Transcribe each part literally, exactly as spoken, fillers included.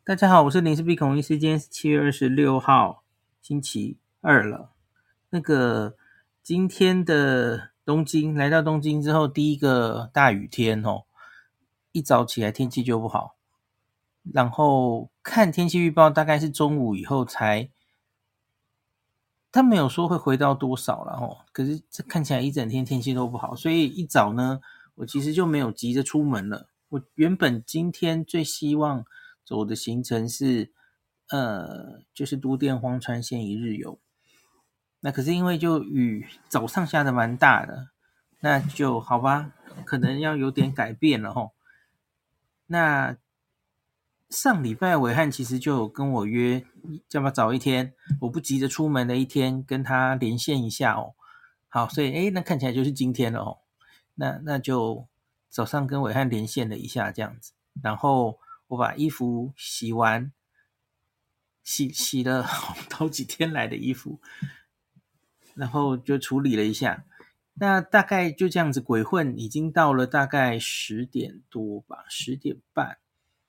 大家好，我是林氏璧孔医师，今天是七月二十六号，星期二了。那个今天的东京，来到东京之后，第一个大雨天哦，一早起来天气就不好，然后看天气预报，大概是中午以后才，他没有说会回到多少了哦，可是这看起来一整天天气都不好，所以一早呢，我其实就没有急着出门了。我原本今天最希望走的行程是，呃，就是都电荒川线一日游。那可是因为就雨早上下的蛮大的，那就好吧，可能要有点改变了吼。那上礼拜伟汉其实就有跟我约，要不要早一天，我不急着出门的一天，跟他连线一下哦。好，所以诶，那看起来就是今天了哦。那那就早上跟伟汉连线了一下这样子，然后我把衣服洗完，洗洗了好几天来的衣服，然后就处理了一下。那大概就这样子鬼混，已经到了大概十点多吧，十点半。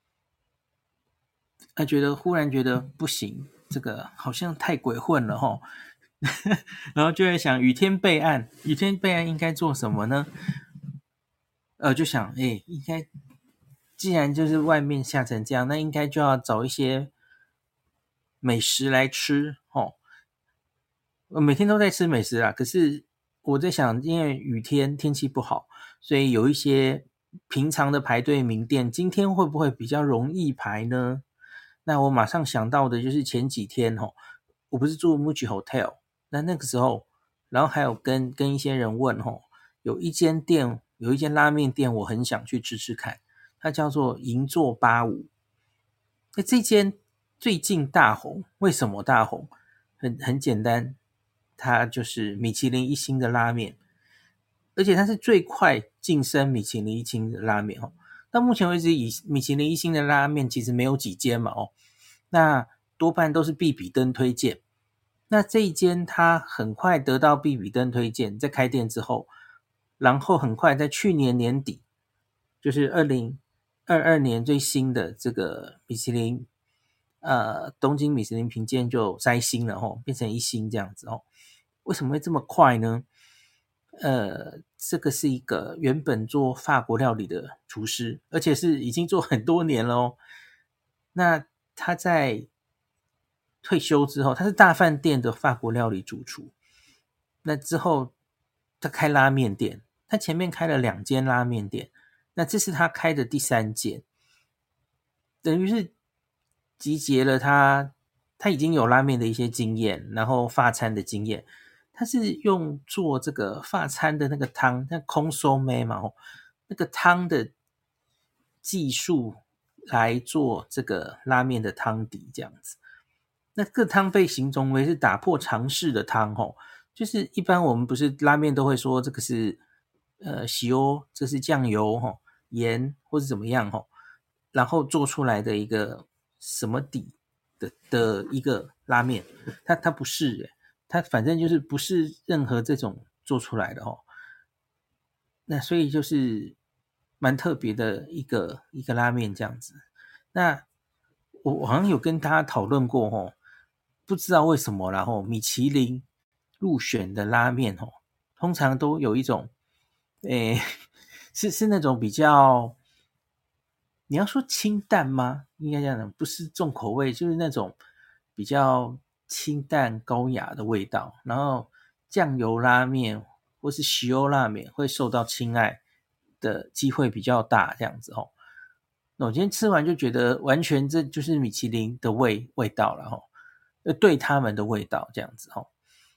他觉得忽然觉得不行，这个好像太鬼混了齁。然后就在想雨天备案，雨天备案应该做什么呢？呃，就想，哎，应该既然就是外面下成这样，那应该就要找一些美食来吃齁。我每天都在吃美食啦，可是我在想，因为雨天天气不好，所以有一些平常的排队名店，今天会不会比较容易排呢？那我马上想到的就是前几天齁，我不是住 Muji Hotel， 那那个时候，然后还有跟跟一些人问齁，有一间店，有一间拉面店，我很想去吃吃看，它叫做银座八五。那这间最近大红，为什么大红？很很简单，它就是米其林一星的拉面，而且它是最快晋升米其林一星的拉面哦。到目前为止，以米其林一星的拉面其实没有几间嘛哦，那多半都是必比登推荐。那这一间它很快得到必比登推荐，在开店之后，然后很快在去年年底，就是二零二二年最新的这个米其林，呃，东京米其林评鉴就摘星了吼，变成一星这样子哦。为什么会这么快呢？呃，这个是一个原本做法国料理的厨师，而且是已经做很多年了哦。那他在退休之后，他是大饭店的法国料理主厨。那之后他开拉面店，他前面开了两间拉面店，那这是他开的第三间，等于是集结了他他已经有拉面的一些经验，然后法餐的经验。他是用做这个法餐的那个汤，那空收妹嘛，那个汤的技术来做这个拉面的汤底这样子。那个汤被形容为是打破常识的汤吼，就是一般我们不是拉面都会说这个是呃塩，这是酱油吼，盐或是怎么样吼，然后做出来的一个什么底的的一个拉面，它它不是耶，它反正就是不是任何这种做出来的吼。那所以就是蛮特别的一个一个拉面这样子。那我我好像有跟大家讨论过吼，不知道为什么啦吼，米其林入选的拉面吼，通常都有一种，诶，是是那种比较，你要说清淡吗？应该这样讲，不是重口味，就是那种比较清淡高雅的味道。然后酱油拉面或是塩拉面会受到青睐的机会比较大，这样子吼。那我今天吃完就觉得完全这就是米其林的味味道了吼，呃，对他们的味道这样子吼。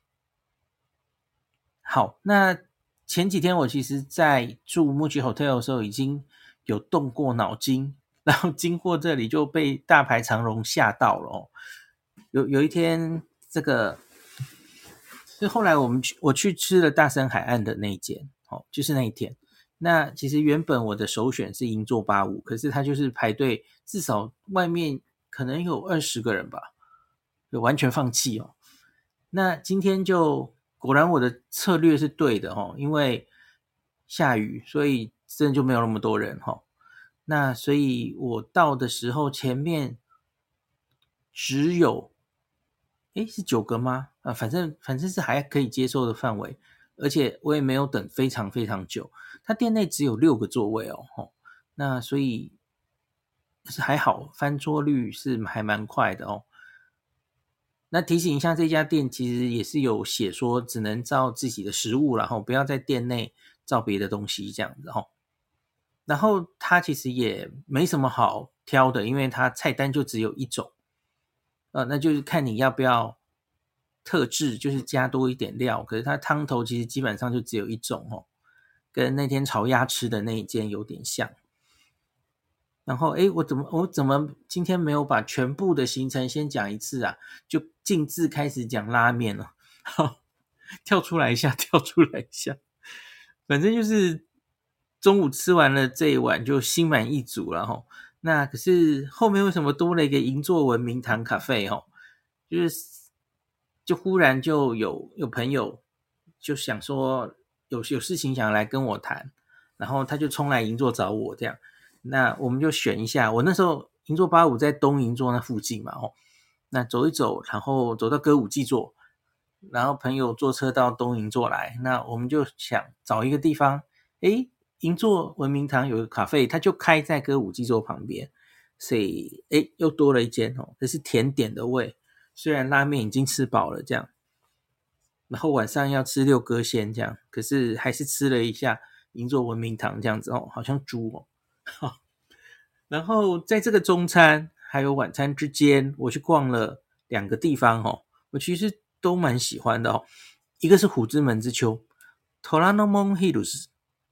好，那前几天我其实在住 Muji Hotel 的时候已经有动过脑筋，然后经过这里就被大排长龙吓到了哦。有有一天，这个是后来我们去我去吃了大森海岸的那一间，哦，就是那一天。那其实原本我的首选是银座八五，可是他就是排队，至少外面可能有二十个人吧，就完全放弃哦。那今天就果然我的策略是对的哦，因为下雨，所以真的就没有那么多人哈。那所以我到的时候，前面只有诶是九个吗？啊，反正反正是还可以接受的范围，而且我也没有等非常非常久。它店内只有六个座位哦，吼，那所以是还好，翻桌率是还蛮快的哦。那提醒一下，这家店其实也是有写说，只能照自己的食物，然后不要在店内照别的东西这样子哦。然后它其实也没什么好挑的，因为它菜单就只有一种，呃，那就是看你要不要特制，就是加多一点料。可是它汤头其实基本上就只有一种哦，跟那天炒鸭吃的那一间有点像。然后，诶，我怎么我怎么今天没有把全部的行程先讲一次啊？就径自开始讲拉面了，好，跳出来一下，跳出来一下。反正就是中午吃完了这一碗就心满意足了齁。那可是后面为什么多了一个银座文明堂咖啡齁？就是就忽然就有有朋友就想说有有事情想来跟我谈，然后他就冲来银座找我这样。那我们就选一下，我那时候银座八五在东银座那附近嘛，哦，那走一走，然后走到歌舞伎座，然后朋友坐车到东银座来，那我们就想找一个地方，诶，银座文明堂有个咖啡，它就开在歌舞伎座旁边，所以诶又多了一间哦，这是甜点的味，虽然拉面已经吃饱了这样，然后晚上要吃六哥鲜这样，可是还是吃了一下银座文明堂这样子哦，好像猪哦。然后在这个中餐还有晚餐之間，我去逛了两个地方哦，我其实都蛮喜欢的哦。一个是虎之门之丘 Toranomon Hills，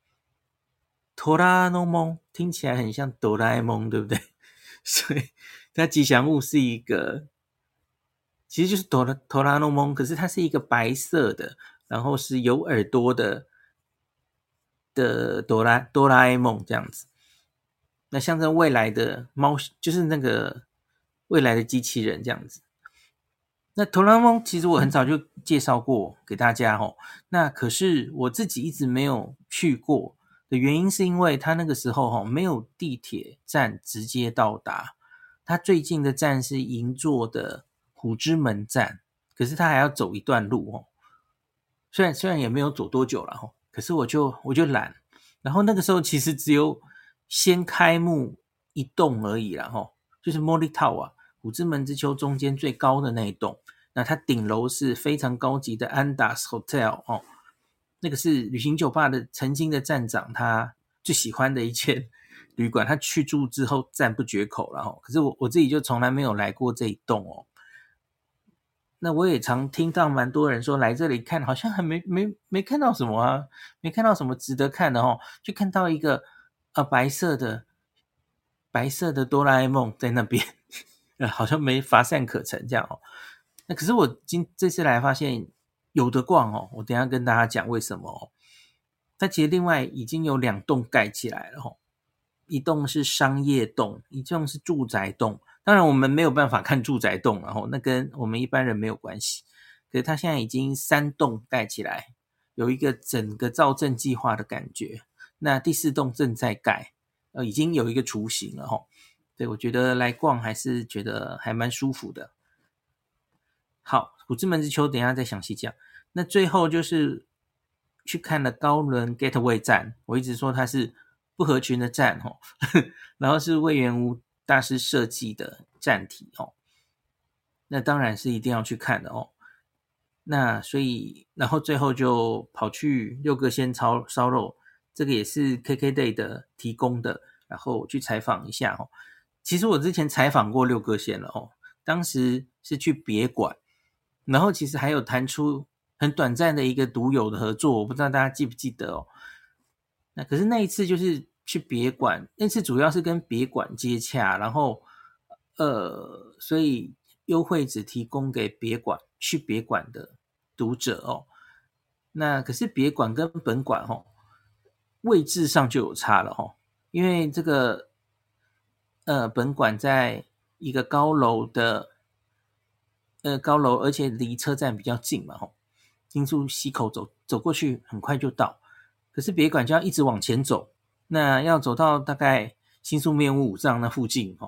Toranomon 听起来很像哆啦 A 梦，对不对？所以它吉祥物是一个，其实就是哆啦 Toranomon， 可是它是一个白色的，然后是有耳朵的的哆啦哆啦 A 梦这样子。那象征未来的猫，就是那个未来的机器人这样子。那哆啦 A 梦其实我很早就介绍过给大家哦，那可是我自己一直没有去过的原因是因为它那个时候哦没有地铁站直接到达，它最近的站是银座的虎之门站，可是它还要走一段路哦。虽然虽然也没有走多久了哦，可是我就我就懒，然后那个时候其实只有先开幕一栋而已啦齁，就是 Mori Tower 虎之门之丘中间最高的那一栋，那它顶楼是非常高级的 Andaz Hotel 哦，那个是旅行酒吧的曾经的站长他最喜欢的一间旅馆，他去住之后赞不绝口了齁，可是我我自己就从来没有来过这一栋哦。那我也常听到蛮多人说来这里看，好像还没没没看到什么啊，没看到什么值得看的哦，就看到一个呃白色的白色的哆啦 A 梦在那边，呃好像没乏善可陈这样哦。那可是我今这次来发现有的逛哦，我等一下跟大家讲为什么哦。它其实另外已经有两栋盖起来了哦，一栋是商业栋，一栋是住宅栋。当然我们没有办法看住宅栋，然后那跟我们一般人没有关系。可是它现在已经三栋盖起来，有一个整个造镇计划的感觉。那第四栋正在盖，呃，已经有一个雏形了齁。对，我觉得来逛还是觉得还蛮舒服的。好，虎之门之丘等一下再详细讲。那最后就是去看了高轮 Gateway 站，我一直说它是不合群的站齁，然后是魏源屋大师设计的站体哦，那当然是一定要去看的哦。那所以，然后最后就跑去六个鲜烧烧肉，这个也是 K K Day 的提供的，然后去采访一下哦。其实我之前采访过六个鲜了哦，当时是去别馆，然后其实还有谈出很短暂的一个独有的合作，我不知道大家记不记得哦。那可是那一次就是去别馆，那次主要是跟别馆接洽，然后呃，所以优惠只提供给别馆去别馆的读者哦。那可是别馆跟本馆哦，位置上就有差了哦，因为这个呃本馆在一个高楼的呃高楼，而且离车站比较近嘛吼，金树溪口走走过去很快就到。可是别馆就要一直往前走，那要走到大概新宿面屋五藏那附近齁，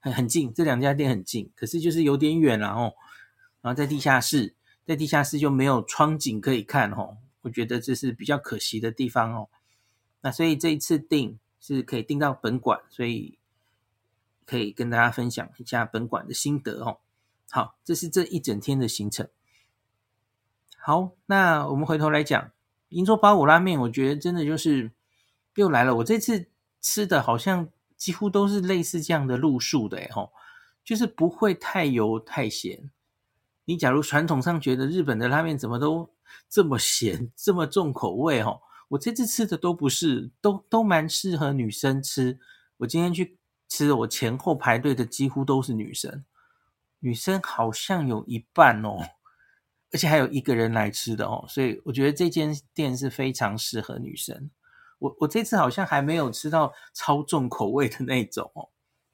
很很近，这两家店很近，可是就是有点远啦哦。然后在地下室，在地下室就没有窗景可以看哦，我觉得这是比较可惜的地方哦。那所以这一次订是可以订到本馆，所以可以跟大家分享一下本馆的心得哦。好，这是这一整天的行程。好，那我们回头来讲银座八五拉面，我觉得真的就是又来了。我这次吃的好像几乎都是类似这样的路数的齁，就是不会太油太咸。你假如传统上觉得日本的拉面怎么都这么咸，这么重口味齁，我这次吃的都不是，都都蛮适合女生吃。我今天去吃，我前后排队的几乎都是女生，女生好像有一半哦。而且还有一个人来吃的哦，所以我觉得这间店是非常适合女生。我我这次好像还没有吃到超重口味的那种哦。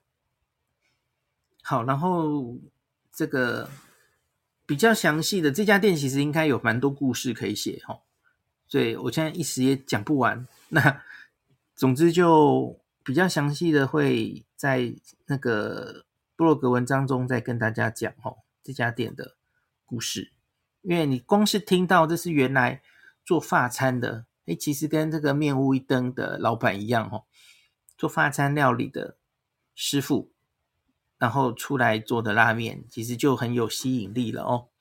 好，然后这个比较详细的这家店其实应该有蛮多故事可以写哦，所以我现在一时也讲不完。那总之就比较详细的会在那个部落格文章中再跟大家讲哦，这家店的故事。因为你光是听到这是原来做法餐的，诶，其实跟这个面屋一灯的老板一样哦，做法餐料理的师傅，然后出来做的拉面，其实就很有吸引力了哦。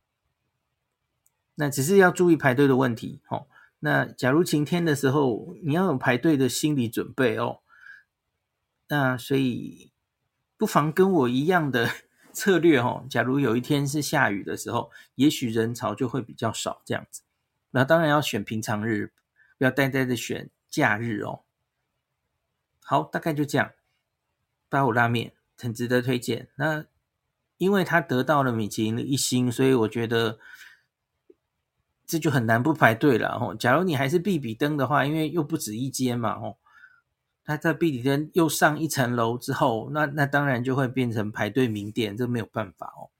那只是要注意排队的问题哦。那假如晴天的时候，你要有排队的心理准备哦。那所以不妨跟我一样的策略哦，假如有一天是下雨的时候，也许人潮就会比较少这样子。那当然要选平常日，不要呆呆的选假日哦。好，大概就这样。八五拉面很值得推荐。那因为它得到了米其林的一星，所以我觉得这就很难不排队了哦。假如你还是必比登的话，因为又不止一间嘛哦。它在必比登又上一层楼之后，那那当然就会变成排队名店，这没有办法哦。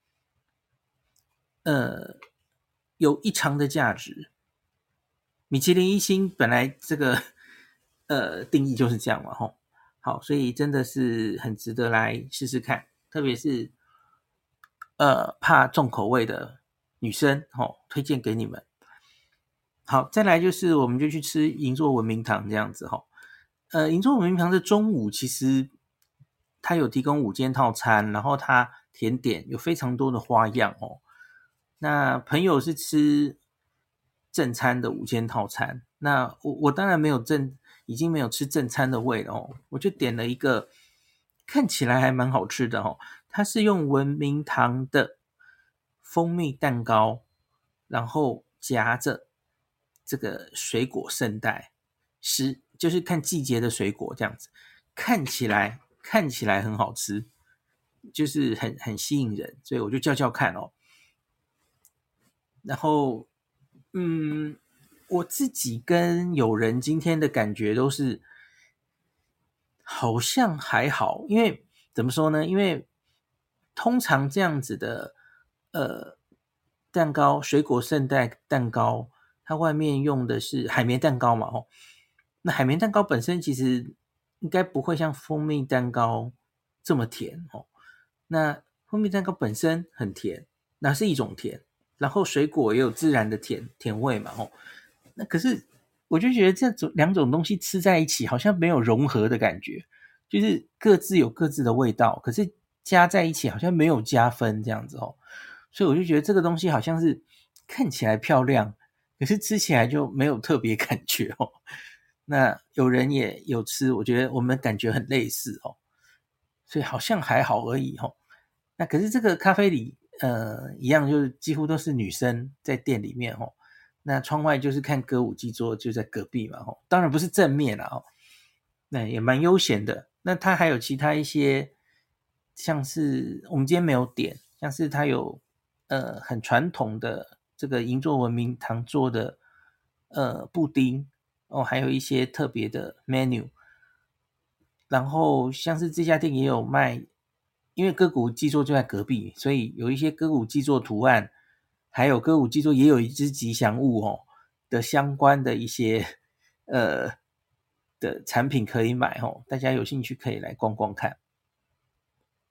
呃，有异常的价值。米其林一星本来这个呃定义就是这样嘛吼。好，所以真的是很值得来试试看，特别是呃怕重口味的女生吼，推荐给你们。好，再来就是我们就去吃银座文明堂这样子吼。呃，银座文明堂的中午其实它有提供午间套餐，然后它甜点有非常多的花样哦。那朋友是吃正餐的午间套餐，那我我当然没有正，已经没有吃正餐的味了哦，我就点了一个看起来还蛮好吃的哦，它是用文明堂的蜂蜜蛋糕，然后夹着这个水果圣代，是就是看季节的水果这样子，看起来看起来很好吃，就是很很吸引人，所以我就叫叫看哦。然后，嗯，我自己跟友人今天的感觉都是好像还好，因为怎么说呢？因为通常这样子的呃蛋糕，水果圣代蛋糕，它外面用的是海绵蛋糕嘛，吼，那海绵蛋糕本身其实应该不会像蜂蜜蛋糕这么甜哦。那蜂蜜蛋糕本身很甜，那是一种甜。然后水果也有自然的甜甜味嘛，吼，那可是我就觉得这种两种东西吃在一起，好像没有融合的感觉，就是各自有各自的味道，可是加在一起好像没有加分这样子哦，所以我就觉得这个东西好像是看起来漂亮，可是吃起来就没有特别感觉哦。那有人也有吃，我觉得我们感觉很类似哦，所以好像还好而已哦。那可是这个咖啡里。呃，一样就是几乎都是女生在店里面哦。那窗外就是看歌舞伎桌，就在隔壁嘛哦。当然不是正面啦哦，那也蛮悠闲的。那它还有其他一些，像是我们今天没有点，像是它有呃很传统的这个银座文明堂做的呃布丁哦，还有一些特别的 menu。然后像是这家店也有卖。因为歌舞伎座就在隔壁，所以有一些歌舞伎座图案，还有歌舞伎座也有一只吉祥物哦的相关的一些呃的产品可以买哦，大家有兴趣可以来逛逛看。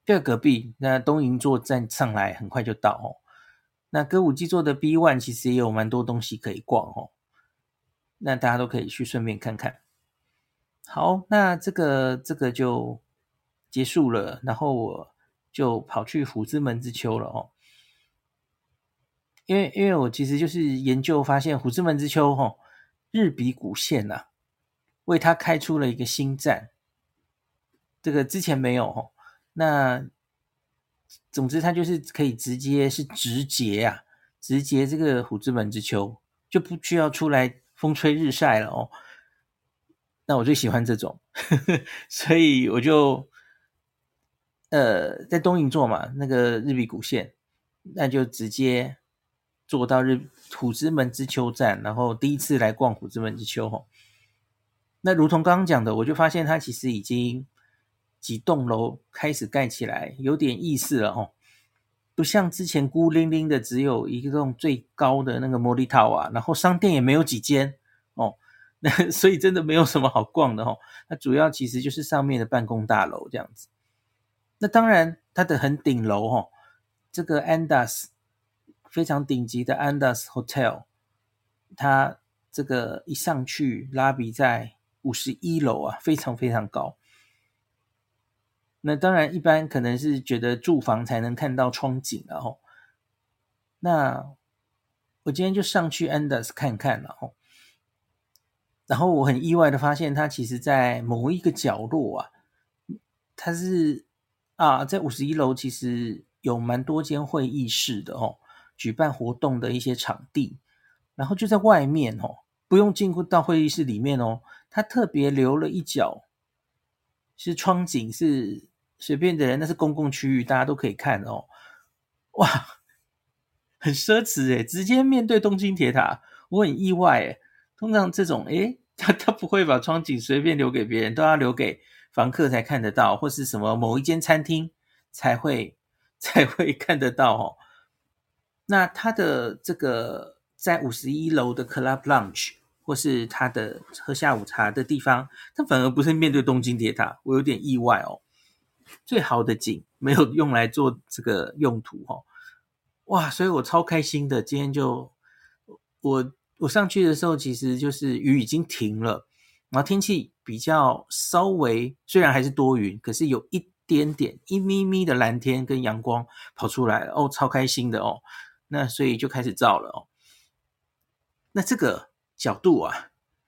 就在隔壁。那东银座站上来很快就到哦。那歌舞伎座的 B 一 其实也有蛮多东西可以逛哦，那大家都可以去顺便看看。好，那这个这个就结束了，然后我就跑去虎之门之丘了哦。因为因为我其实就是研究发现虎之门之丘哦，日比谷线啊，为它开出了一个新站，这个之前没有哦。那总之它就是可以直接是直捷啊，直捷这个虎之门之丘，就不需要出来风吹日晒了哦。那我最喜欢这种所以我就呃在东营坐嘛，那个日比谷线，那就直接坐到日虎之门之丘站，然后第一次来逛虎之门之丘吼。那如同刚刚讲的，我就发现它其实已经几栋楼开始盖起来，有点意思了哦。不像之前孤零零的只有一栋最高的那个摩利塔瓦，然后商店也没有几间哦，那所以真的没有什么好逛的哦。那主要其实就是上面的办公大楼这样子。那当然它的很顶楼哦，这个 Andaz 非常顶级的 Andaz Hotel， 它这个一上去拉比在五十一楼啊，非常非常高。那当然一般可能是觉得住房才能看到窗景了吼。那我今天就上去 Andaz 看看了吼。然后我很意外的发现它其实在某一个角落啊，它是啊在五十一楼其实有蛮多间会议室的哦，举办活动的一些场地。然后就在外面哦，不用进入到会议室里面哦，它特别留了一角是窗景，是随便的人，那是公共区域，大家都可以看哦。哇，很奢侈诶，直接面对东京铁塔，我很意外诶。通常这种诶，他他不会把窗景随便留给别人，都要留给房客才看得到，或是什么某一间餐厅才会才会看得到哦。那他的这个在五十一楼的 Club Lounge 或是他的喝下午茶的地方，他反而不是面对东京铁塔，我有点意外哦。最好的景没有用来做这个用途哦。哇，所以我超开心的。今天就我我上去的时候，其实就是雨已经停了，然后天气比较稍微虽然还是多云，可是有一点点一咪咪的蓝天跟阳光跑出来了哦，超开心的哦。那所以就开始照了哦。那这个角度啊，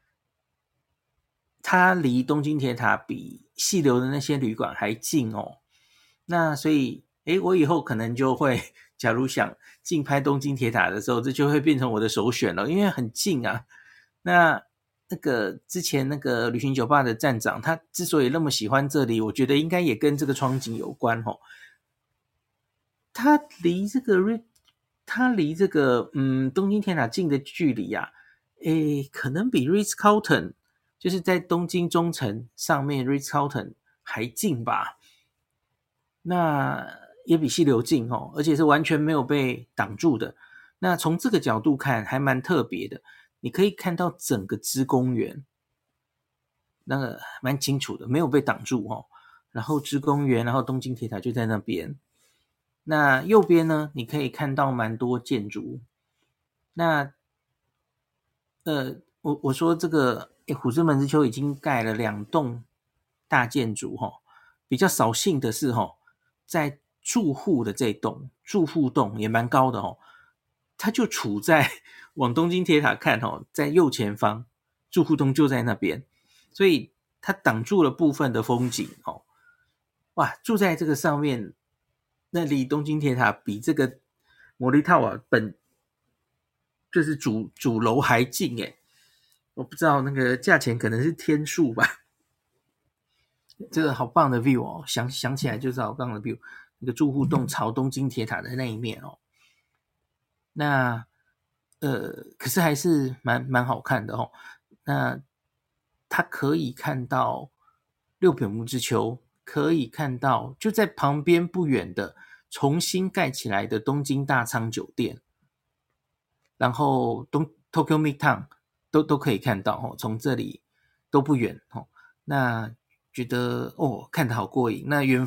它离东京铁塔比细流的那些旅馆还近哦。那所以诶，我以后可能就会假如想竞拍东京铁塔的时候，这就会变成我的首选了，因为很近啊。那那个之前那个旅行酒吧的站长，他之所以那么喜欢这里，我觉得应该也跟这个窗景有关哦。他离这个他离这个嗯东京铁塔近的距离啊，诶，可能比 Ritz-Carlton 就是在东京中城上面 Ritz-Carlton 还近吧。那也比溪流近哦，而且是完全没有被挡住的。那从这个角度看还蛮特别的，你可以看到整个芝公园，那个蛮清楚的，没有被挡住哦。然后芝公园，然后东京铁塔就在那边。那右边呢，你可以看到蛮多建筑。那呃，我我说这个诶虎之门之丘已经盖了两栋大建筑哈、哦，比较扫兴的是哈、哦，在住户的这栋住户栋也蛮高的哦，它就处在往东京铁塔看哦，在右前方，住户栋就在那边，所以它挡住了部分的风景哦。哇，住在这个上面，那离东京铁塔比这个摩利塔瓦本就是主主楼还近诶。我不知道那个价钱可能是天数吧。这个好棒的 view 哦，想想起来就是好棒的 view。那个住户栋朝东京铁塔的那一面哦，那呃，可是还是蛮蛮好看的哦。那它可以看到六本木之丘，可以看到就在旁边不远的重新盖起来的东京大仓酒店，然后东 Tokyo Midtown 都都可以看到哦，从这里都不远哦。那觉得哦，看得好过瘾。那远方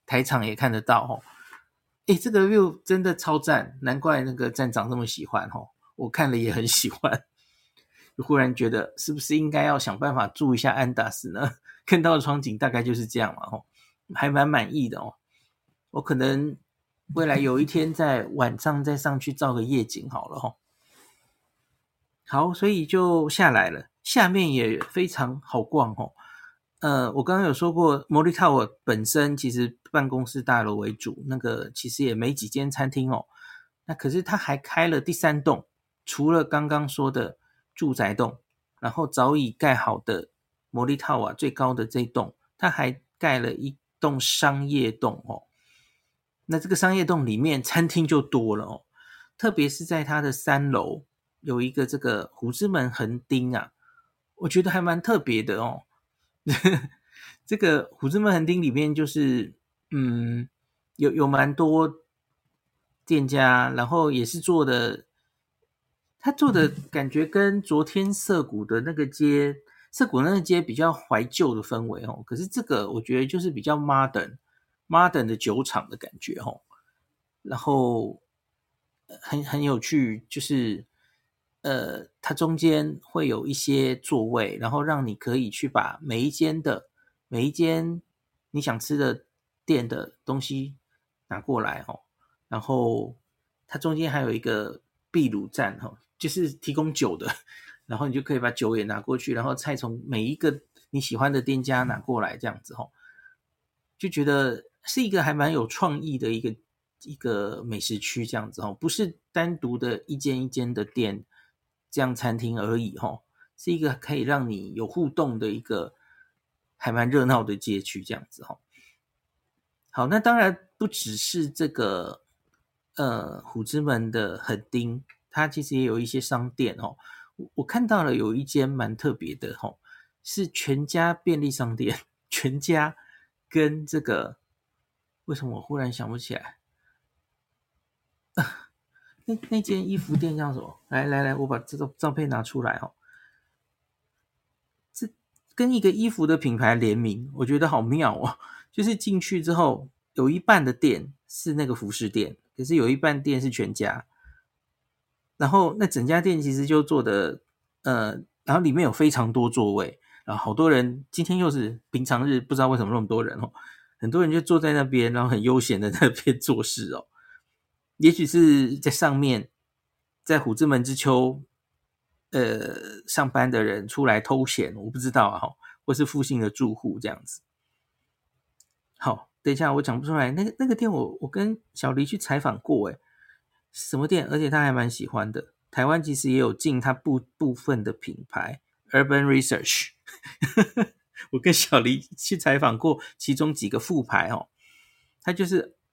台场也看得到哦。诶，这个 view 真的超赞，难怪那个站长这么喜欢哦，我看了也很喜欢。忽然觉得是不是应该要想办法住一下安达斯呢？看到的窗景大概就是这样嘛，哦，还蛮满意的哦。我可能未来有一天在晚上再上去照个夜景好了哦。好，所以就下来了，下面也非常好逛哦。呃，我刚刚有说过 Mori Tower 本身其实办公室大楼为主，那个其實也没几间餐厅哦。那可是它还开了第三栋，除了刚刚说的住宅栋，然后早已盖好的 Mori Tower 最高的这一栋，它还盖了一栋商业栋哦。那这个商业栋里面餐厅就多了哦，特别是在它的三楼有一个这个虎之门横丁啊，我觉得还蛮特别的哦。这个虎之门横丁里面就是嗯有有蛮多店家，然后也是做的，他做的感觉跟昨天涩谷的那个街，涩谷那个街比较怀旧的氛围哦，可是这个我觉得就是比较 modern modern 的酒厂的感觉哦，然后很很有趣，就是呃，它中间会有一些座位，然后让你可以去把每一间的每一间你想吃的店的东西拿过来哦，然后它中间还有一个秘鲁站哦，就是提供酒的，然后你就可以把酒也拿过去，然后菜从每一个你喜欢的店家拿过来，这样子哦，就觉得是一个还蛮有创意的一个一个美食区这样子哦，不是单独的一间一间的店这样餐厅而已哦，是一个可以让你有互动的一个还蛮热闹的街区这样子哦。好，那当然不只是这个呃虎之门的横丁，它其实也有一些商店哦。我我看到了有一间蛮特别的哦，是全家便利商店，全家跟这个为什么我忽然想不起来？那那间衣服店叫什么？来来来，我把这个照片拿出来哦。这跟一个衣服的品牌联名，我觉得好妙哦。就是进去之后，有一半的店是那个服饰店，可是有一半店是全家。然后那整家店其实就做的，呃，然后里面有非常多座位，然后好多人，今天又是平常日，不知道为什么那么多人哦，很多人就坐在那边，然后很悠闲的在那边做事哦。也许是在上面，在虎之门之丘，呃，上班的人出来偷闲，我不知道啊，或是附近的住户这样子。好，等一下我讲不出来，那个那个店我我跟小黎去采访过，诶，什么店？而且他还蛮喜欢的。台湾其实也有进他部部分的品牌 Urban Research， 我跟小黎去采访过其中几个副牌哦，它就是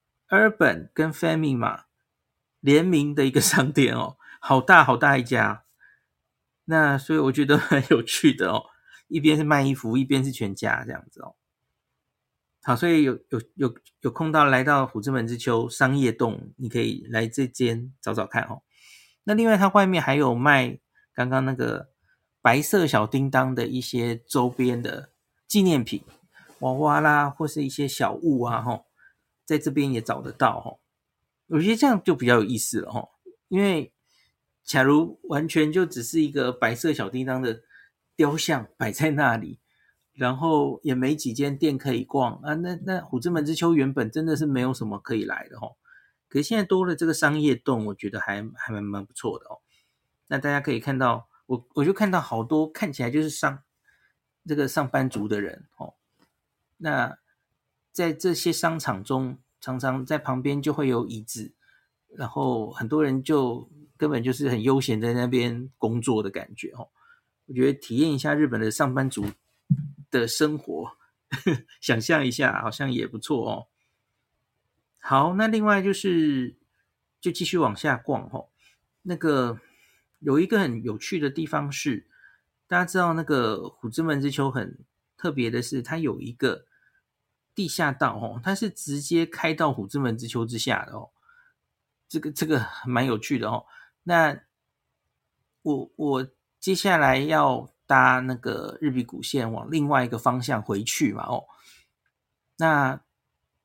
Urban 跟 Famima 联名的一个商店哦，好大好大一家。那所以我觉得很有趣的哦，一边是卖衣服，一边是全家这样子哦。好，所以有有有有空到来到虎之门之丘商业洞，你可以来这间找找看哦。那另外它外面还有卖刚刚那个白色小叮当的一些周边的纪念品，娃娃啦，或是一些小物啊，吼，在这边也找得到吼。我觉得这样就比较有意思了吼，因为假如完全就只是一个白色小叮当的雕像摆在那里，然后也没几间店可以逛啊，那那虎之门之丘原本真的是没有什么可以来的吼，可是现在多了这个商业洞，我觉得还还蛮蛮不错的哦。那大家可以看到，我我就看到好多看起来就是上这个上班族的人哦。那在这些商场中，常常在旁边就会有椅子，然后很多人就根本就是很悠闲在那边工作的感觉哦。我觉得体验一下日本的上班族的生活，想象一下好像也不错哦。好，那另外就是就继续往下逛哦。那个有一个很有趣的地方是，大家知道那个虎之门之丘很特别的是，它有一个地下道哦，它是直接开到虎之门之丘之下的哦。这个这个蛮有趣的哦。那我我接下来要搭那个日比谷线往另外一个方向回去嘛哦。那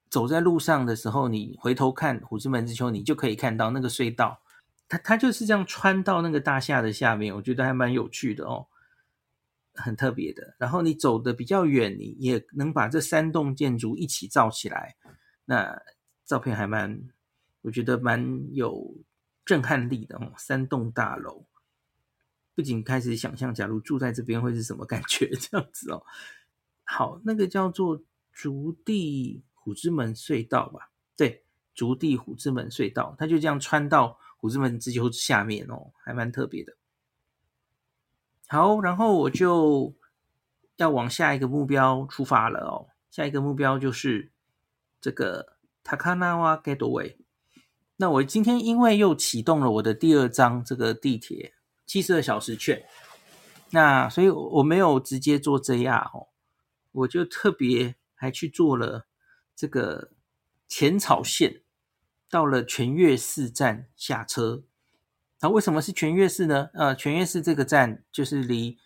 走在路上的时候，你回头看虎之门之丘，你就可以看到那个隧道，它它就是这样穿到那个大厦的下面，我觉得还蛮有趣的哦，很特别的。然后你走的比较远，你也能把这三栋建筑一起照起来，那照片还蛮，我觉得蛮有震撼力的哦。三栋大楼，不仅开始想象，假如住在这边会是什么感觉，这样子哦。好，那个叫做竹地虎之门隧道吧？对，竹地虎之门隧道，它就这样穿到虎之门之丘下面哦，还蛮特别的。好，然后我就要往下一个目标出发了哦。下一个目标就是这个 Takanawa Gateway。那我今天因为又启动了我的第二张这个地铁七十二小时券，那所以我没有直接做 J R 哦，我就特别还去做了这个浅草线，到了泉越寺站下车。那为什么是泉越寺呢？呃，泉越寺这个站就是离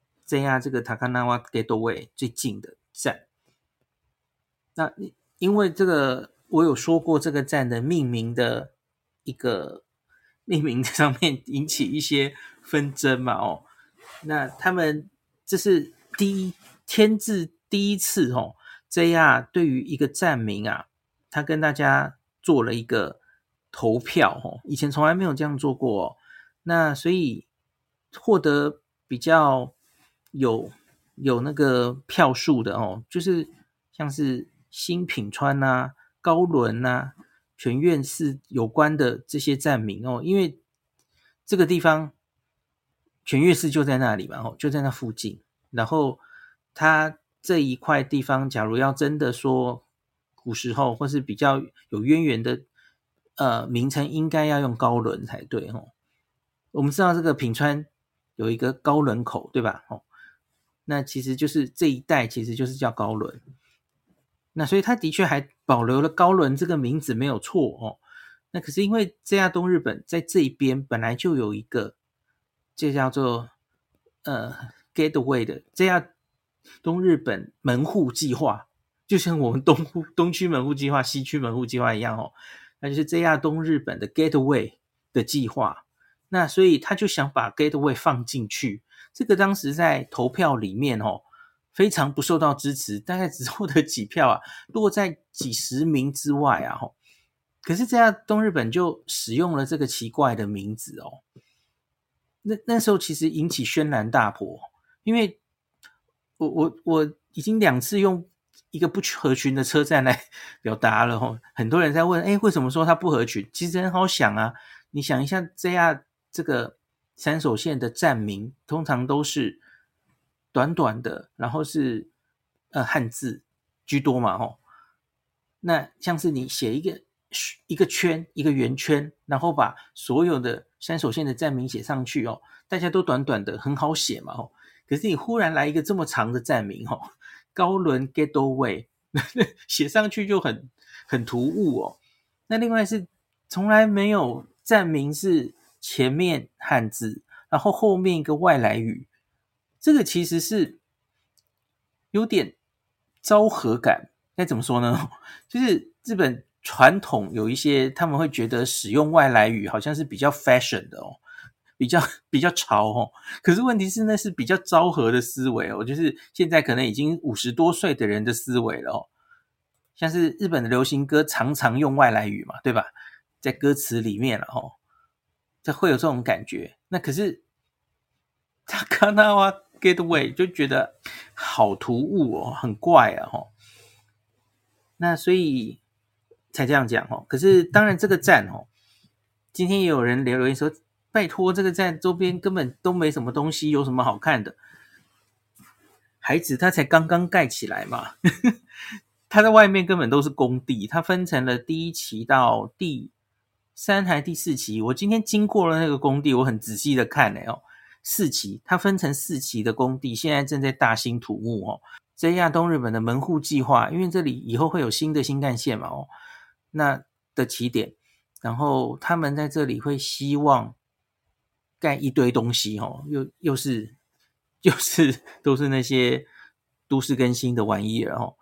J R 这个 Takanawa Gateway 最近的站。那因为这个我有说过这个站的命名的一个命名上面引起一些纷争嘛哦，那他们这是第一天字第一次哦 J R 对于一个站名啊，他跟大家做了一个投票哦，以前从来没有这样做过哦，那所以获得比较有有那个票数的哦，就是像是新品川啊、高轮啊、泉越寺有关的这些站名哦，因为这个地方泉越寺就在那里嘛，哦，就在那附近。然后它这一块地方，假如要真的说古时候或是比较有渊源的呃名称，应该要用高轮才对哦。我们知道这个品川有一个高轮口，对吧？哦，那其实就是这一带其实就是叫高轮。那所以它的确还保留了高轮这个名字没有错哦。那可是因为 J R 东日本在这一边本来就有一个这叫做呃 Gateway 的 J R 东日本门户计划，就像我们东东区门户计划、西区门户计划一样哦，那就是 J R 东日本的 Gateway 的计划。那所以他就想把 Gateway 放进去，这个当时在投票里面哦，非常不受到支持，大概只获得几票啊，落在几十名之外啊。可是这样东日本就使用了这个奇怪的名字哦，那那时候其实引起轩然大波，因为我我我已经两次用一个不合群的车站来表达了哦，很多人在问，哎，为什么说它不合群？其实很好想啊，你想一下 J R 这个山手线的站名通常都是短短的，然后是呃汉字居多嘛吼。那像是你写一个一个圈一个圆圈，然后把所有的山手线的站名写上去哦，大家都短短的很好写嘛吼。可是你忽然来一个这么长的站名哦，高轮 Gateway 写上去就很很突兀哦。那另外是从来没有站名是前面汉字，然后后面一个外来语，这个其实是有点昭和感，该怎么说呢？就是日本传统有一些他们会觉得使用外来语好像是比较 fashion 的哦，比较比较潮哦。可是问题是那是比较昭和的思维哦，就是现在可能已经五十多岁的人的思维了哦。像是日本的流行歌常常用外来语嘛，对吧？在歌词里面了哦，这会有这种感觉。那可是 Takanawa Gateway 就觉得好突兀哦，很怪啊哦。那所以才这样讲哦。可是当然这个站哦，今天也有人留言说，拜托这个站周边根本都没什么东西，有什么好看的？孩子他才刚刚盖起来嘛，他在外面根本都是工地，它分成了第一期到第三还第四期。我今天经过了那个工地，我很仔细的看了哦，四期，它分成四期的工地，现在正在大兴土木哦。J R 东日本的门户计划，因为这里以后会有新的新干线嘛哦，那的起点，然后他们在这里会希望盖一堆东西哦，又又是又是都是那些都市更新的玩意儿哦。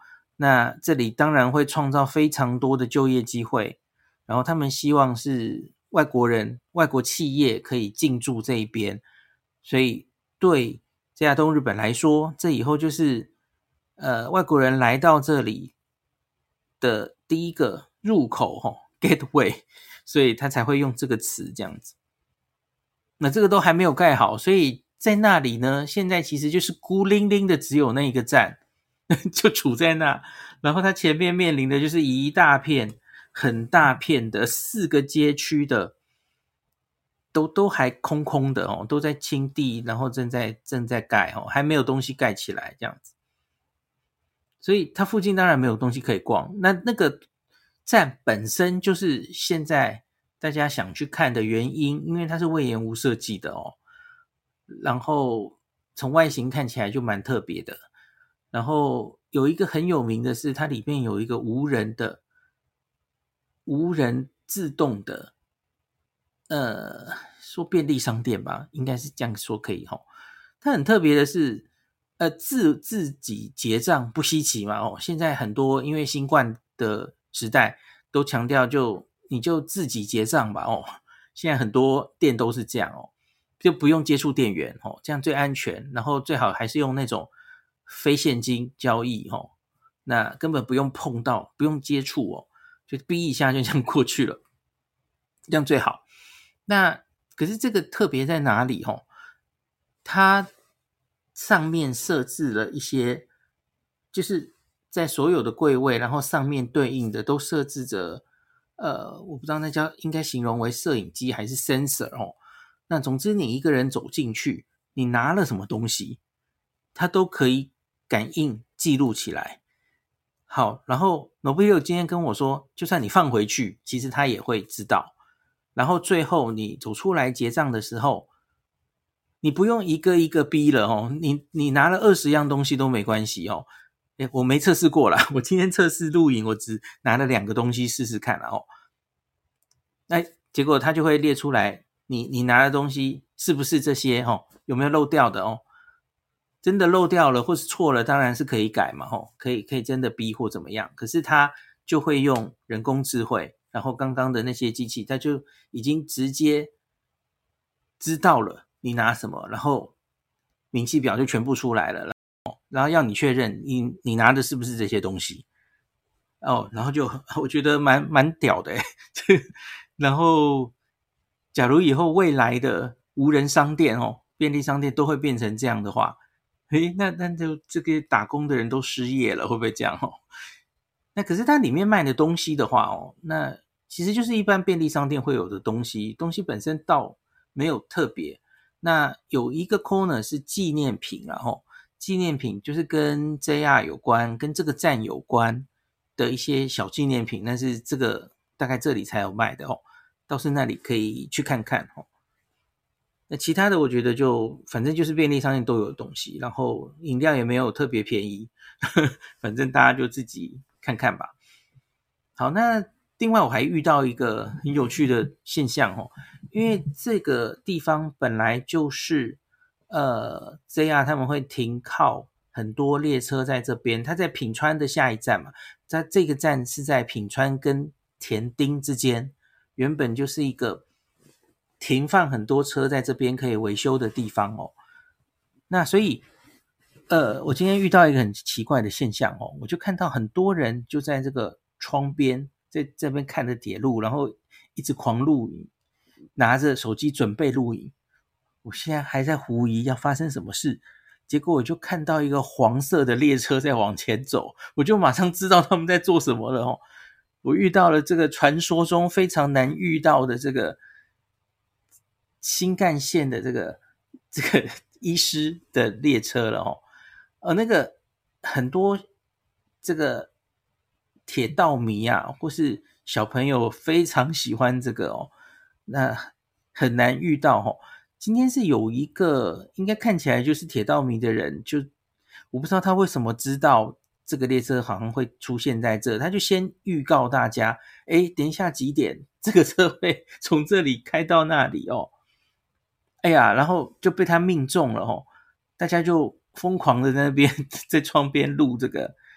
那这里当然会创造非常多的就业机会，然后他们希望是外国人、外国企业可以进驻这一边，所以对这家东日本来说，这以后就是呃外国人来到这里的第一个入口齁 gateway， 所以他才会用这个词这样子。那这个都还没有盖好，所以在那里呢，现在其实就是孤零零的只有那一个站就处在那，然后它前面面临的就是一大片很大片的四个街区的都都还空空的哦，都在清地，然后正在正在盖哦，还没有东西盖起来这样子。所以它附近当然没有东西可以逛，那那个站本身就是现在大家想去看的原因，因为它是隈研吾设计的哦，然后从外形看起来就蛮特别的，然后有一个很有名的是它里面有一个无人的无人自动的呃说便利商店吧，应该是这样说可以齁。它很特别的是呃自自己结账不稀奇嘛哦，现在很多因为新冠的时代都强调就你就自己结账吧哦，现在很多店都是这样哦，就不用接触店员哦，这样最安全，然后最好还是用那种非现金交易哦，那根本不用碰到不用接触哦，就逼一下就这样过去了，这样最好。那可是这个特别在哪里齁？它上面设置了一些，就是在所有的柜位，然后上面对应的都设置着，呃，我不知道那叫应该形容为摄影机还是 sensor 哦。那总之你一个人走进去，你拿了什么东西，它都可以感应记录起来。好，然后 Nobuhiro 今天跟我说，就算你放回去，其实他也会知道。然后最后你走出来结账的时候，你不用一个一个逼了哦，你你拿了二十样东西都没关系哦。诶，我没测试过啦，我今天测试录影，我只拿了两个东西试试看啦哦。那结果他就会列出来，你你拿的东西是不是这些哦？有没有漏掉的哦？真的漏掉了或是错了，当然是可以改嘛吼，可以可以真的逼或怎么样。可是他就会用人工智慧，然后刚刚的那些机器，他就已经直接知道了你拿什么，然后明细表就全部出来了，然后要你确认你你拿的是不是这些东西哦，然后就我觉得蛮蛮屌的诶然后假如以后未来的无人商店哦，便利商店都会变成这样的话，诶，那那就这个打工的人都失业了，会不会这样哦？那可是它里面卖的东西的话哦，那其实就是一般便利商店会有的东西，东西本身倒没有特别。那有一个 corner 是纪念品啊吼，纪念品就是跟 J R 有关，跟这个站有关的一些小纪念品，那是这个大概这里才有卖的哦，倒是那里可以去看看哦。那其他的我觉得就反正就是便利商店都有的东西，然后饮料也没有特别便宜，呵呵反正大家就自己看看吧。好，那另外我还遇到一个很有趣的现象哦，因为这个地方本来就是呃 J R 他们会停靠很多列车在这边，它在品川的下一站嘛，在这个站是在品川跟田町之间，原本就是一个停放很多车在这边可以维修的地方哦。那所以呃，我今天遇到一个很奇怪的现象哦，我就看到很多人就在这个窗边，在这边看着铁路，然后一直狂录影，拿着手机准备录影。我现在还在狐疑要发生什么事，结果我就看到一个黄色的列车在往前走，我就马上知道他们在做什么了哦。我遇到了这个传说中非常难遇到的这个新干线的这个这个医师的列车了哦。呃，那个很多这个铁道迷啊，或是小朋友非常喜欢这个哦，那很难遇到哦。今天是有一个应该看起来就是铁道迷的人，就我不知道他为什么知道这个列车好像会出现在这，他就先预告大家，诶，等一下几点这个车会从这里开到那里哦。哎呀，然后就被他命中了哦，大家就疯狂的在那边在窗边录这个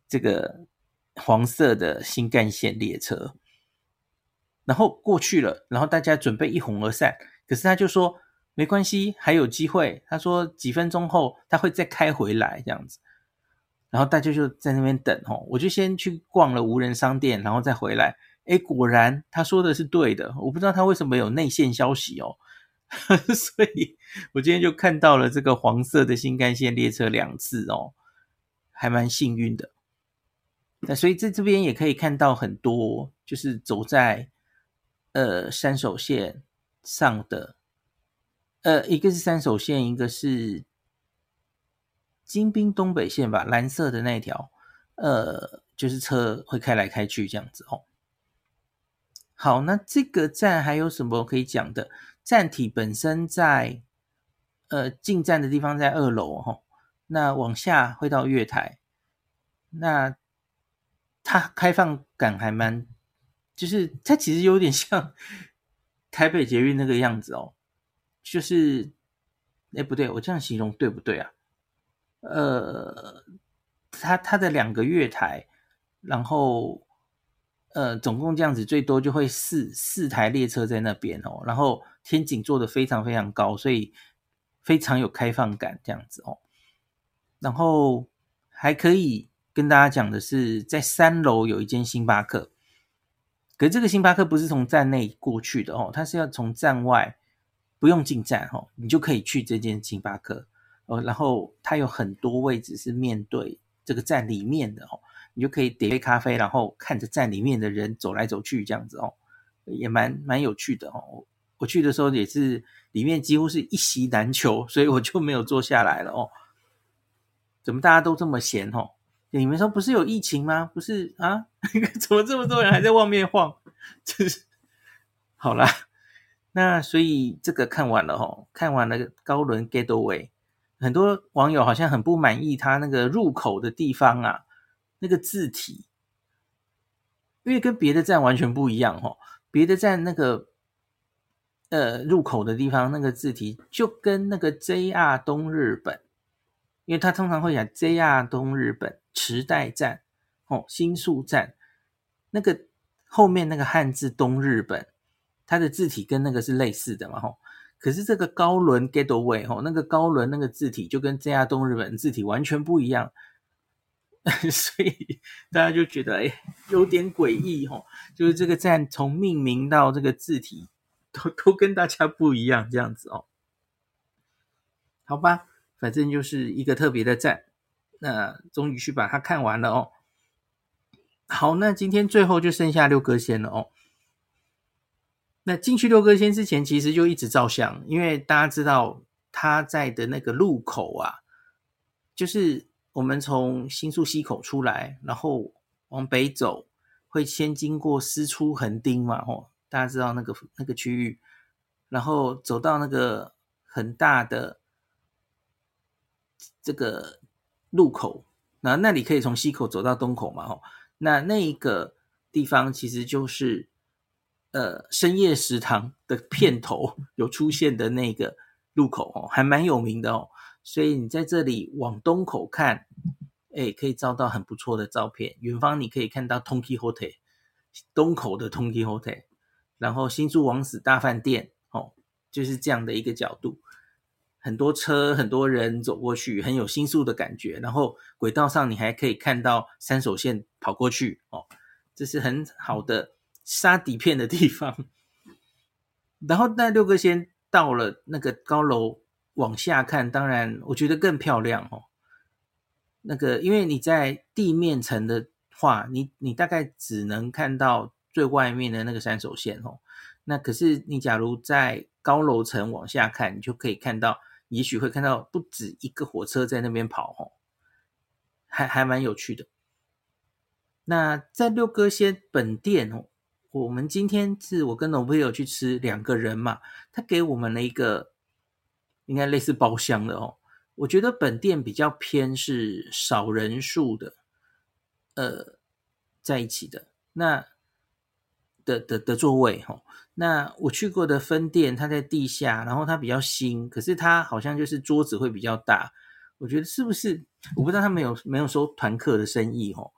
这个黄色的新干线列车，然后过去了，然后大家准备一哄而散，可是他就说没关系，还有机会，他说几分钟后他会再开回来这样子，然后大家就在那边等哦，我就先去逛了无人商店，然后再回来，诶，果然他说的是对的，我不知道他为什么有内线消息哦，所以我今天就看到了这个黄色的新干线列车两次哦，还蛮幸运的。那所以在这边也可以看到很多就是走在呃山手线上的，呃一个是山手线，一个是京滨东北线吧，蓝色的那条，呃就是车会开来开去这样子哦。好，那这个站还有什么可以讲的？站体本身在呃进站的地方在二楼哦，那往下会到月台，那它开放感还蛮，就是它其实有点像台北捷运那个样子哦，就是哎不对，我这样形容对不对啊？呃，它它的两个月台，然后呃总共这样子最多就会四四台列车在那边哦，然后天井做的非常非常高，所以非常有开放感这样子哦。然后还可以跟大家讲的是，在三楼有一间星巴克，可是这个星巴克不是从站内过去的哦，它是要从站外，不用进站哦，你就可以去这间星巴克哦。然后它有很多位置是面对这个站里面的哦，你就可以点杯咖啡，然后看着站里面的人走来走去这样子哦，也蛮蛮有趣的哦。我去的时候也是里面几乎是一席难求，所以我就没有坐下来了哦。怎么大家都这么闲哦？你们说不是有疫情吗？不是啊？怎么这么多人还在外面晃？就是好啦，那所以这个看完了哦，看完了高轮 Gateway， 很多网友好像很不满意他那个入口的地方啊，那个字体，因为跟别的站完全不一样哦。别的站那个呃入口的地方那个字体就跟那个 J R 东日本。因为它通常会讲 J R 东日本池袋站、哦、新宿站，那个后面那个汉字东日本，它的字体跟那个是类似的嘛，吼。可是这个高轮 Gateway 吼，那个高轮那个字体就跟 J R 东日本字体完全不一样，所以大家就觉得哎有点诡异吼，就是这个站从命名到这个字体都都跟大家不一样这样子哦。好吧。反正就是一个特别的站，那终于去把它看完了哦。好，那今天最后就剩下六歌仙了哦。那进去六歌仙之前，其实就一直照相，因为大家知道他在的那个路口啊，就是我们从新宿西口出来，然后往北走，会先经过私出横丁嘛，吼，大家知道那个那个区域，然后走到那个很大的这个路口，那那里可以从西口走到东口嘛，吼，那那一个地方其实就是呃深夜食堂的片头有出现的那个路口哦，还蛮有名的哦，所以你在这里往东口看，哎，可以照到很不错的照片，远方你可以看到 Tonki Hotel 东口的 Tonki Hotel， 然后新宿王子大饭店哦，就是这样的一个角度。很多车很多人走过去，很有新宿的感觉，然后轨道上你还可以看到山手线跑过去哦，这是很好的杀底片的地方。然后那六个先到了那个高楼往下看，当然我觉得更漂亮哦。那个因为你在地面层的话，你你大概只能看到最外面的那个山手线哦。那可是你假如在高楼层往下看，你就可以看到，也许会看到不止一个火车在那边跑哦，还还蛮有趣的。那在六哥仙本店哦，我们今天是我跟龙朋友去吃，两个人嘛，他给我们了一个应该类似包厢的哦。我觉得本店比较偏是少人数的，呃，在一起的那的的的座位哈、哦。那我去过的分店，它在地下，然后它比较新，可是它好像就是桌子会比较大。我觉得是不是？我不知道他们有没有收团客的生意哦。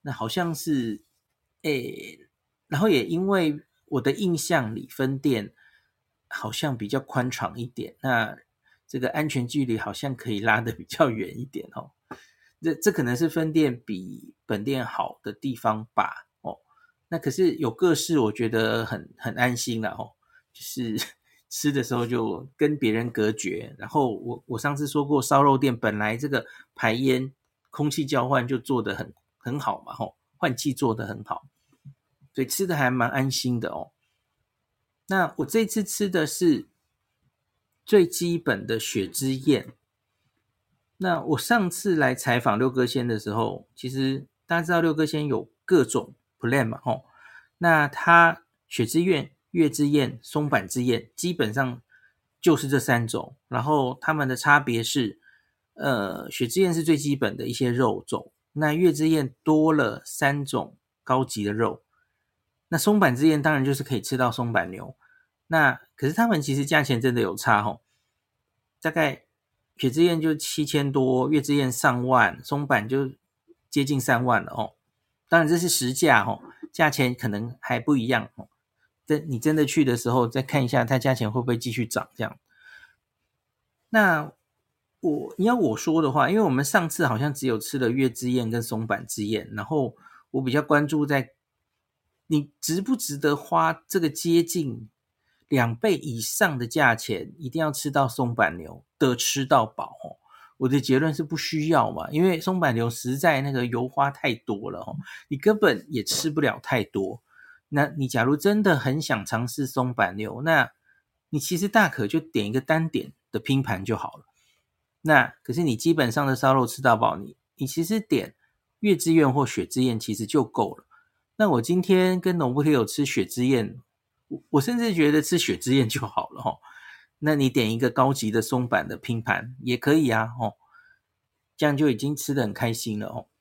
那好像是诶，然后也因为我的印象里分店好像比较宽敞一点，那这个安全距离好像可以拉得比较远一点哦。这这可能是分店比本店好的地方吧哦。那可是有个室我觉得很很安心啦哦，就是吃的时候就跟别人隔绝。然后我我上次说过，烧肉店本来这个排烟空气交换就做得很很好嘛吼，换气做得很好，所以吃的还蛮安心的哦。那我这次吃的是最基本的雪之宴。那我上次来采访六哥仙的时候，其实大家知道六哥仙有各种 plan 嘛吼，那他雪之宴、月之宴、松板之宴基本上就是这三种，然后他们的差别是呃，雪之宴是最基本的一些肉种，那月之宴多了三种高级的肉，那松板之宴当然就是可以吃到松板牛，那可是他们其实价钱真的有差吼，大概雪之宴就七千多，月之宴上万，松板就接近三万了哦。当然这是实价哦，价钱可能还不一样哦。等你真的去的时候再看一下它价钱会不会继续涨这样。那我你要我说的话，因为我们上次好像只有吃了月之宴跟松板之宴，然后我比较关注在你值不值得花这个接近两倍以上的价钱，一定要吃到松板牛的吃到饱哦。我的结论是不需要嘛，因为松板牛实在那个油花太多了哦，你根本也吃不了太多。那你假如真的很想尝试松板牛，那你其实大可就点一个单点的拼盘就好了。那可是你基本上的烧肉吃到饱，你你其实点月之宴或雪之宴其实就够了。那我今天跟农布铁有吃雪之宴，我我甚至觉得吃雪之宴就好了齁。那你点一个高级的松板的拼盘也可以啊齁，这样就已经吃得很开心了齁。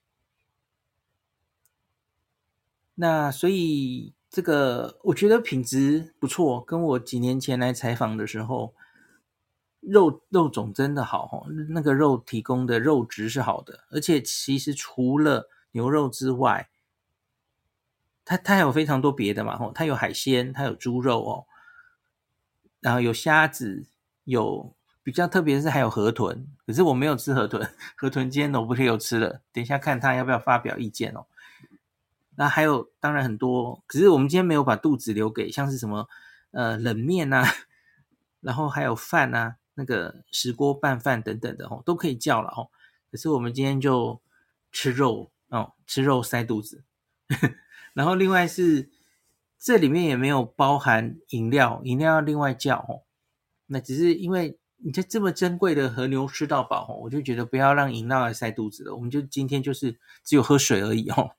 那所以这个我觉得品质不错，跟我几年前来采访的时候，肉肉种真的好齁，那个肉提供的肉质是好的，而且其实除了牛肉之外，它它还有非常多别的嘛齁，它有海鲜，它有猪肉哦，然后有虾子，有比较特别的是还有河豚，可是我没有吃河豚，河豚今天我不是有吃了，等一下看他要不要发表意见哦。那还有当然很多，可是我们今天没有把肚子留给像是什么呃冷面啊，然后还有饭啊，那个石锅拌饭等等的哦，都可以叫了哦。可是我们今天就吃肉哦，吃肉塞肚子。然后另外是这里面也没有包含饮料，饮料要另外叫哦。那只是因为你这这么珍贵的和牛吃到饱哦，我就觉得不要让饮料来塞肚子了，我们就今天就是只有喝水而已哦。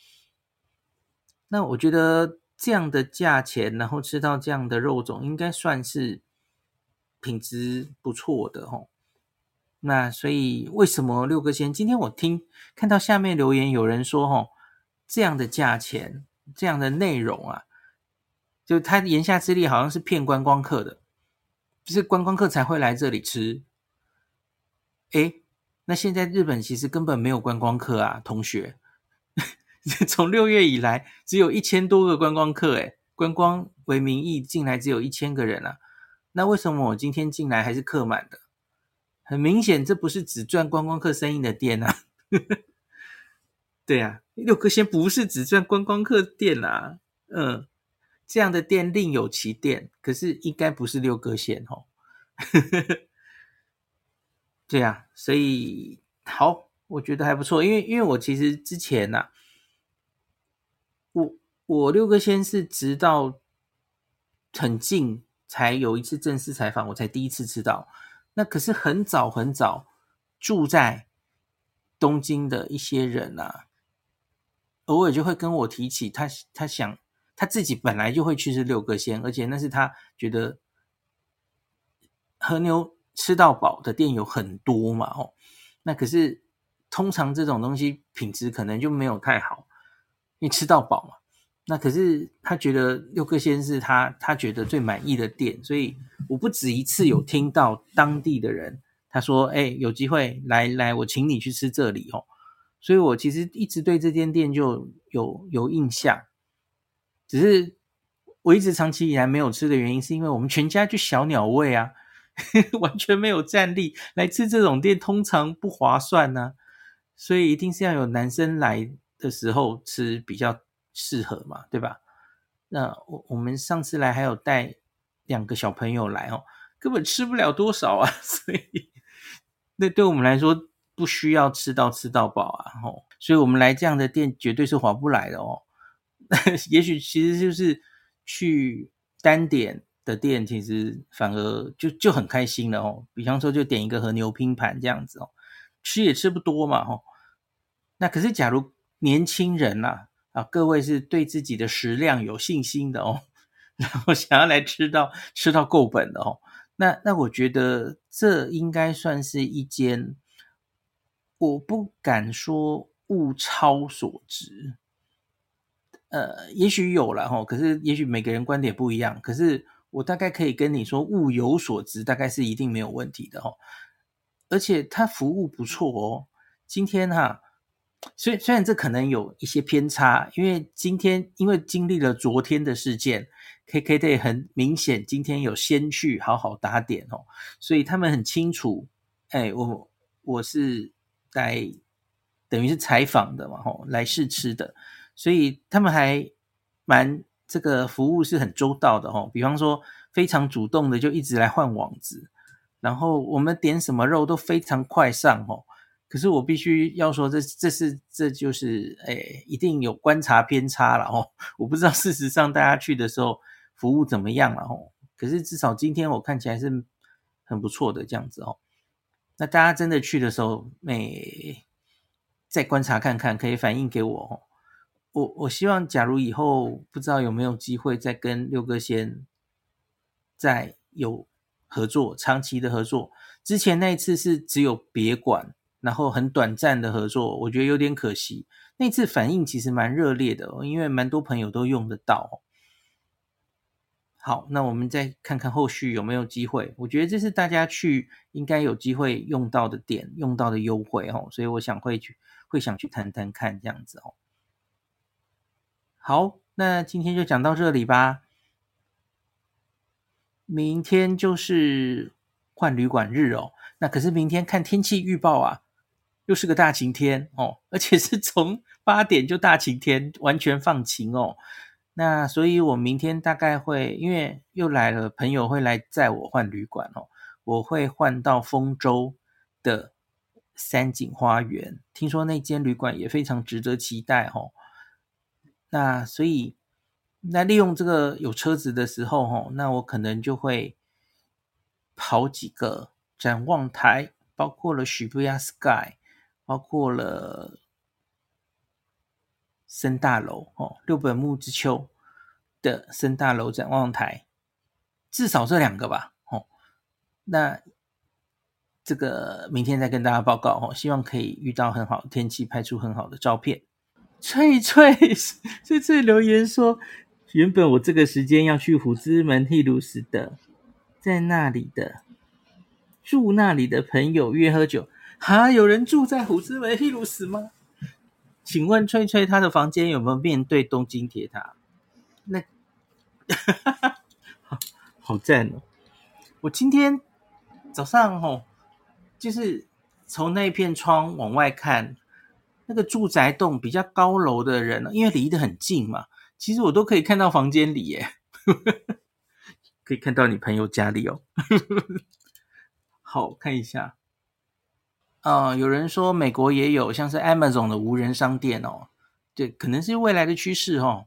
那我觉得这样的价钱，然后吃到这样的肉种，应该算是品质不错的哦。那所以为什么六个仙？今天我听看到下面留言有人说哦，这样的价钱，这样的内容啊，就他言下之意好像是骗观光客的，就是观光客才会来这里吃。诶，那现在日本其实根本没有观光客啊，同学。从六月以来，只有一千多个观光客，诶，观光为名义进来只有一千个人啊。那为什么我今天进来还是客满的？很明显，这不是只赚观光客生意的店啊。对啊，六哥仙不是只赚观光客店啊。嗯，这样的店另有其店，可是应该不是六哥仙哦。对啊，所以好，我觉得还不错，因为因为我其实之前啊，我我六哥仙是直到很近才有一次正式采访，我才第一次吃到。那可是很早很早住在东京的一些人啊，偶尔就会跟我提起他他想他自己本来就会去吃六哥仙，而且那是他觉得和牛吃到饱的店有很多嘛哦，那可是通常这种东西品质可能就没有太好，因为吃到饱嘛。那可是他觉得六哥仙是他他觉得最满意的店，所以我不止一次有听到当地的人他说，哎、欸，有机会来来，我请你去吃这里哦。 所以我其实一直对这间店就有有印象，只是我一直长期以来没有吃的原因是因为我们全家就小鸟胃啊完全没有战力来吃这种店，通常不划算啊，所以一定是要有男生来的时候吃比较适合嘛，对吧？那我我们上次来还有带两个小朋友来哦，根本吃不了多少啊，所以那对我们来说不需要吃到吃到饱啊，哦，所以我们来这样的店绝对是划不来的哦。也许其实就是去单点的店，其实反而就就很开心了哦。比方说就点一个和牛拼盘这样子哦，吃也吃不多嘛哦。那可是假如年轻人啊，啊各位是对自己的食量有信心的哦，然后想要来吃到吃到够本的哦，那那我觉得这应该算是一间，我不敢说物超所值，呃，也许有啦齁，可是也许每个人观点不一样，可是我大概可以跟你说物有所值，大概是一定没有问题的齁。而且它服务不错哦。今天哈，虽虽然这可能有一些偏差，因为今天因为经历了昨天的事件，K K Day 很明显今天有先去好好打点哦，所以他们很清楚，哎，我我是来等于是采访的嘛，吼，来试吃的，所以他们还蛮这个服务是很周到的吼，比方说非常主动的就一直来换网子，然后我们点什么肉都非常快上哦。可是我必须要说这这是这就是诶一定有观察偏差了哦，我不知道事实上大家去的时候服务怎么样了哦，可是至少今天我看起来是很不错的这样子哦。那大家真的去的时候诶再观察看看，可以反映给我哦。我我希望假如以后不知道有没有机会再跟六哥先再有合作，长期的合作。之前那一次是只有别馆，然后很短暂的合作，我觉得有点可惜。那次反应其实蛮热烈的哦，因为蛮多朋友都用得到哦。好，那我们再看看后续有没有机会。我觉得这是大家去应该有机会用到的点，用到的优惠哦，所以我想会去会想去谈谈看这样子哦。好，那今天就讲到这里吧。明天就是换旅馆日哦，那可是明天看天气预报啊，又是个大晴天哦，而且是从八点就大晴天，完全放晴哦。那所以我明天大概会，因为又来了朋友会来载我换旅馆哦，我会换到丰州的三景花园，听说那间旅馆也非常值得期待哦。那所以那利用这个有车子的时候齁，那我可能就会跑几个展望台，包括了 Shibuya Sky， 包括了森大楼哦，六本木之丘的森大楼展望台，至少这两个吧哦。那这个明天再跟大家报告哦，希望可以遇到很好的天气，拍出很好的照片。翠翠，翠翠留言说，原本我这个时间要去虎之门 Hills 的，在那里的住那里的朋友约喝酒。哈，有人住在虎之门 Hills 吗？请问翠翠她的房间有没有面对东京铁塔？那好好赞哦！我今天早上哦，就是从那片窗往外看，那个住宅栋比较高楼的人，因为离得很近嘛，其实我都可以看到房间里耶，可以看到你朋友家里哦。好，看一下，呃，有人说美国也有像是 Amazon 的无人商店哦，对，可能是未来的趋势哦。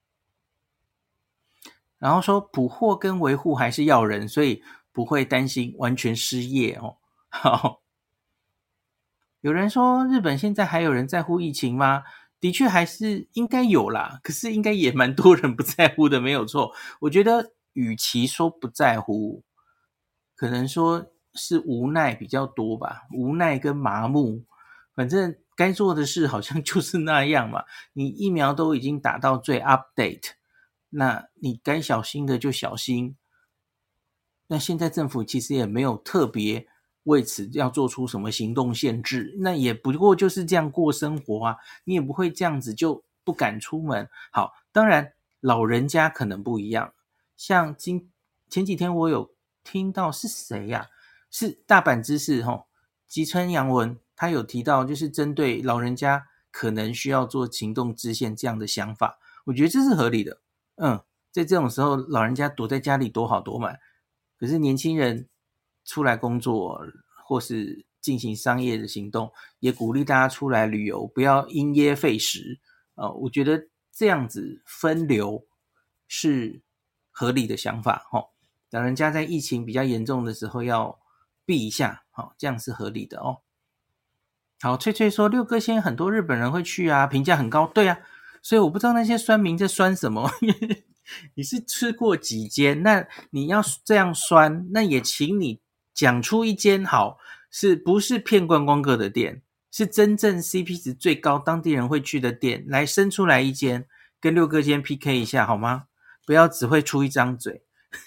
然后说补货跟维护还是要人，所以不会担心完全失业哦。好，有人说日本现在还有人在乎疫情吗？的确还是应该有啦，可是应该也蛮多人不在乎的，没有错。我觉得与其说不在乎，可能说是无奈比较多吧，无奈跟麻木。反正该做的事好像就是那样嘛，你疫苗都已经打到最 update，那你该小心的就小心。那现在政府其实也没有特别为此要做出什么行动限制，那也不过就是这样过生活啊，你也不会这样子就不敢出门。好，当然老人家可能不一样，像今前几天我有听到是谁呀、啊？是大阪知事齁，吉村洋文，他有提到就是针对老人家可能需要做行动制限这样的想法，我觉得这是合理的。嗯，在这种时候老人家躲在家里多好多满，可是年轻人出来工作或是进行商业的行动，也鼓励大家出来旅游，不要因噎废食、呃、我觉得这样子分流是合理的想法、哦、老人家在疫情比较严重的时候要避一下、哦、这样是合理的哦。好，翠翠说六哥仙很多日本人会去啊，评价很高。对啊，所以我不知道那些酸民在酸什么你是吃过几间，那你要这样酸，那也请你讲出一间好，是不是骗观光客的店，是真正 C P 值最高当地人会去的店，来生出来一间跟六哥间 P K 一下好吗？不要只会出一张嘴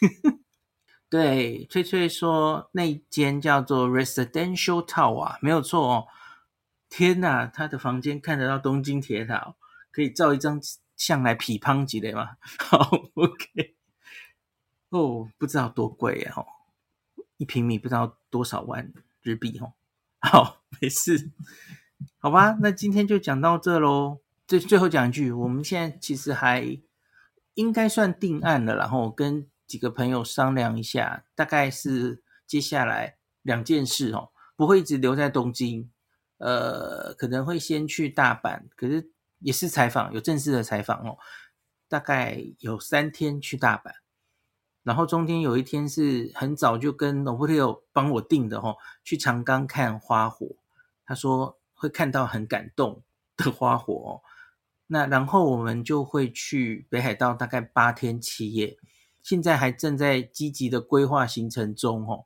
对，翠翠说那间叫做 Residential Tower 没有错哦。天哪，他的房间看得到东京铁塔，可以照一张相来匹乓级的吗？好 OK 哦，不知道多贵哦，一平米不知道多少万日币哦。好，没事，好吧，那今天就讲到这咯。最最后讲一句，我们现在其实还应该算定案了，然后跟几个朋友商量一下，大概是接下来两件事哦，不会一直留在东京，呃，可能会先去大阪，可是也是采访，有正式的采访哦，大概有三天去大阪，然后中间有一天是很早就跟 Noburio 帮我订的哦，去长冈看花火，他说会看到很感动的花火哦。那然后我们就会去北海道大概八天七夜，现在还正在积极的规划行程中哦。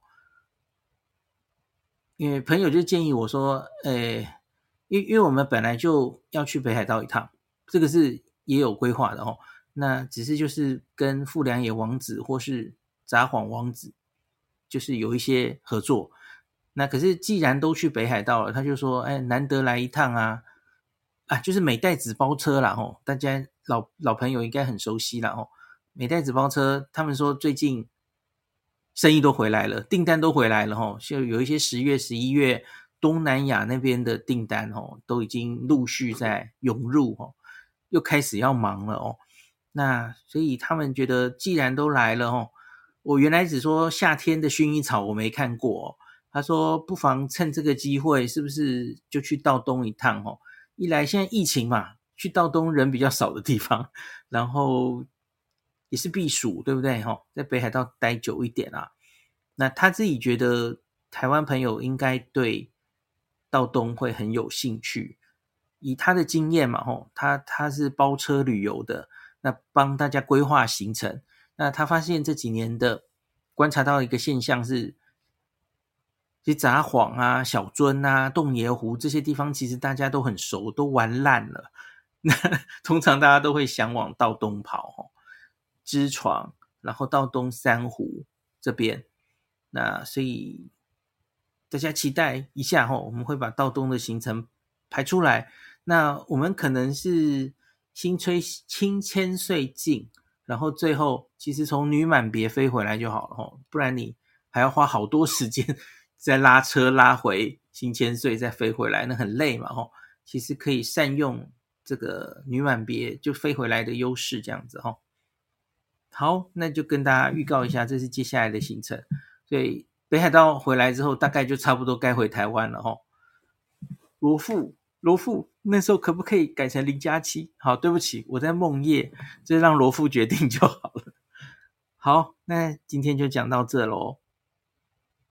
因为朋友就建议我说，诶，因为因为我们本来就要去北海道一趟，这个是也有规划的哦。那只是就是跟富良野王子或是札幌王子，就是有一些合作。那可是既然都去北海道了，他就说，哎，难得来一趟啊，啊，就是美代子包车啦哦，大家老老朋友应该很熟悉啦哦。美代子包车，他们说最近生意都回来了，订单都回来了齁，就有一些十月十一月东南亚那边的订单齁，都已经陆续在涌入齁，又开始要忙了哦。那所以他们觉得既然都来了齁，我原来只说夏天的薰衣草我没看过哦，他说不妨趁这个机会是不是就去道东一趟齁，一来现在疫情嘛，去道东人比较少的地方，然后也是避暑，对不对？在北海道待久一点啊。那他自己觉得台湾朋友应该对道东会很有兴趣，以他的经验嘛，他他是包车旅游的，那帮大家规划行程。那他发现这几年的观察到一个现象是，其实札幌啊、小樽啊、洞爷湖这些地方，其实大家都很熟，都玩烂了。那通常大家都会想往道东跑，知床，然后道东三湖这边。那所以大家期待一下齁，我们会把道东的行程排出来。那我们可能是新吹新千岁镜，然后最后其实从女满别飞回来就好了齁，不然你还要花好多时间再拉车拉回新千岁再飞回来，那很累嘛齁。其实可以善用这个女满别就飞回来的优势这样子齁。好，那就跟大家预告一下，这是接下来的行程。所以北海道回来之后，大概就差不多该回台湾了齁。罗富，罗富，那时候可不可以改成零加七？好，对不起，我在梦夜，就让罗富决定就好了。好，那今天就讲到这咯。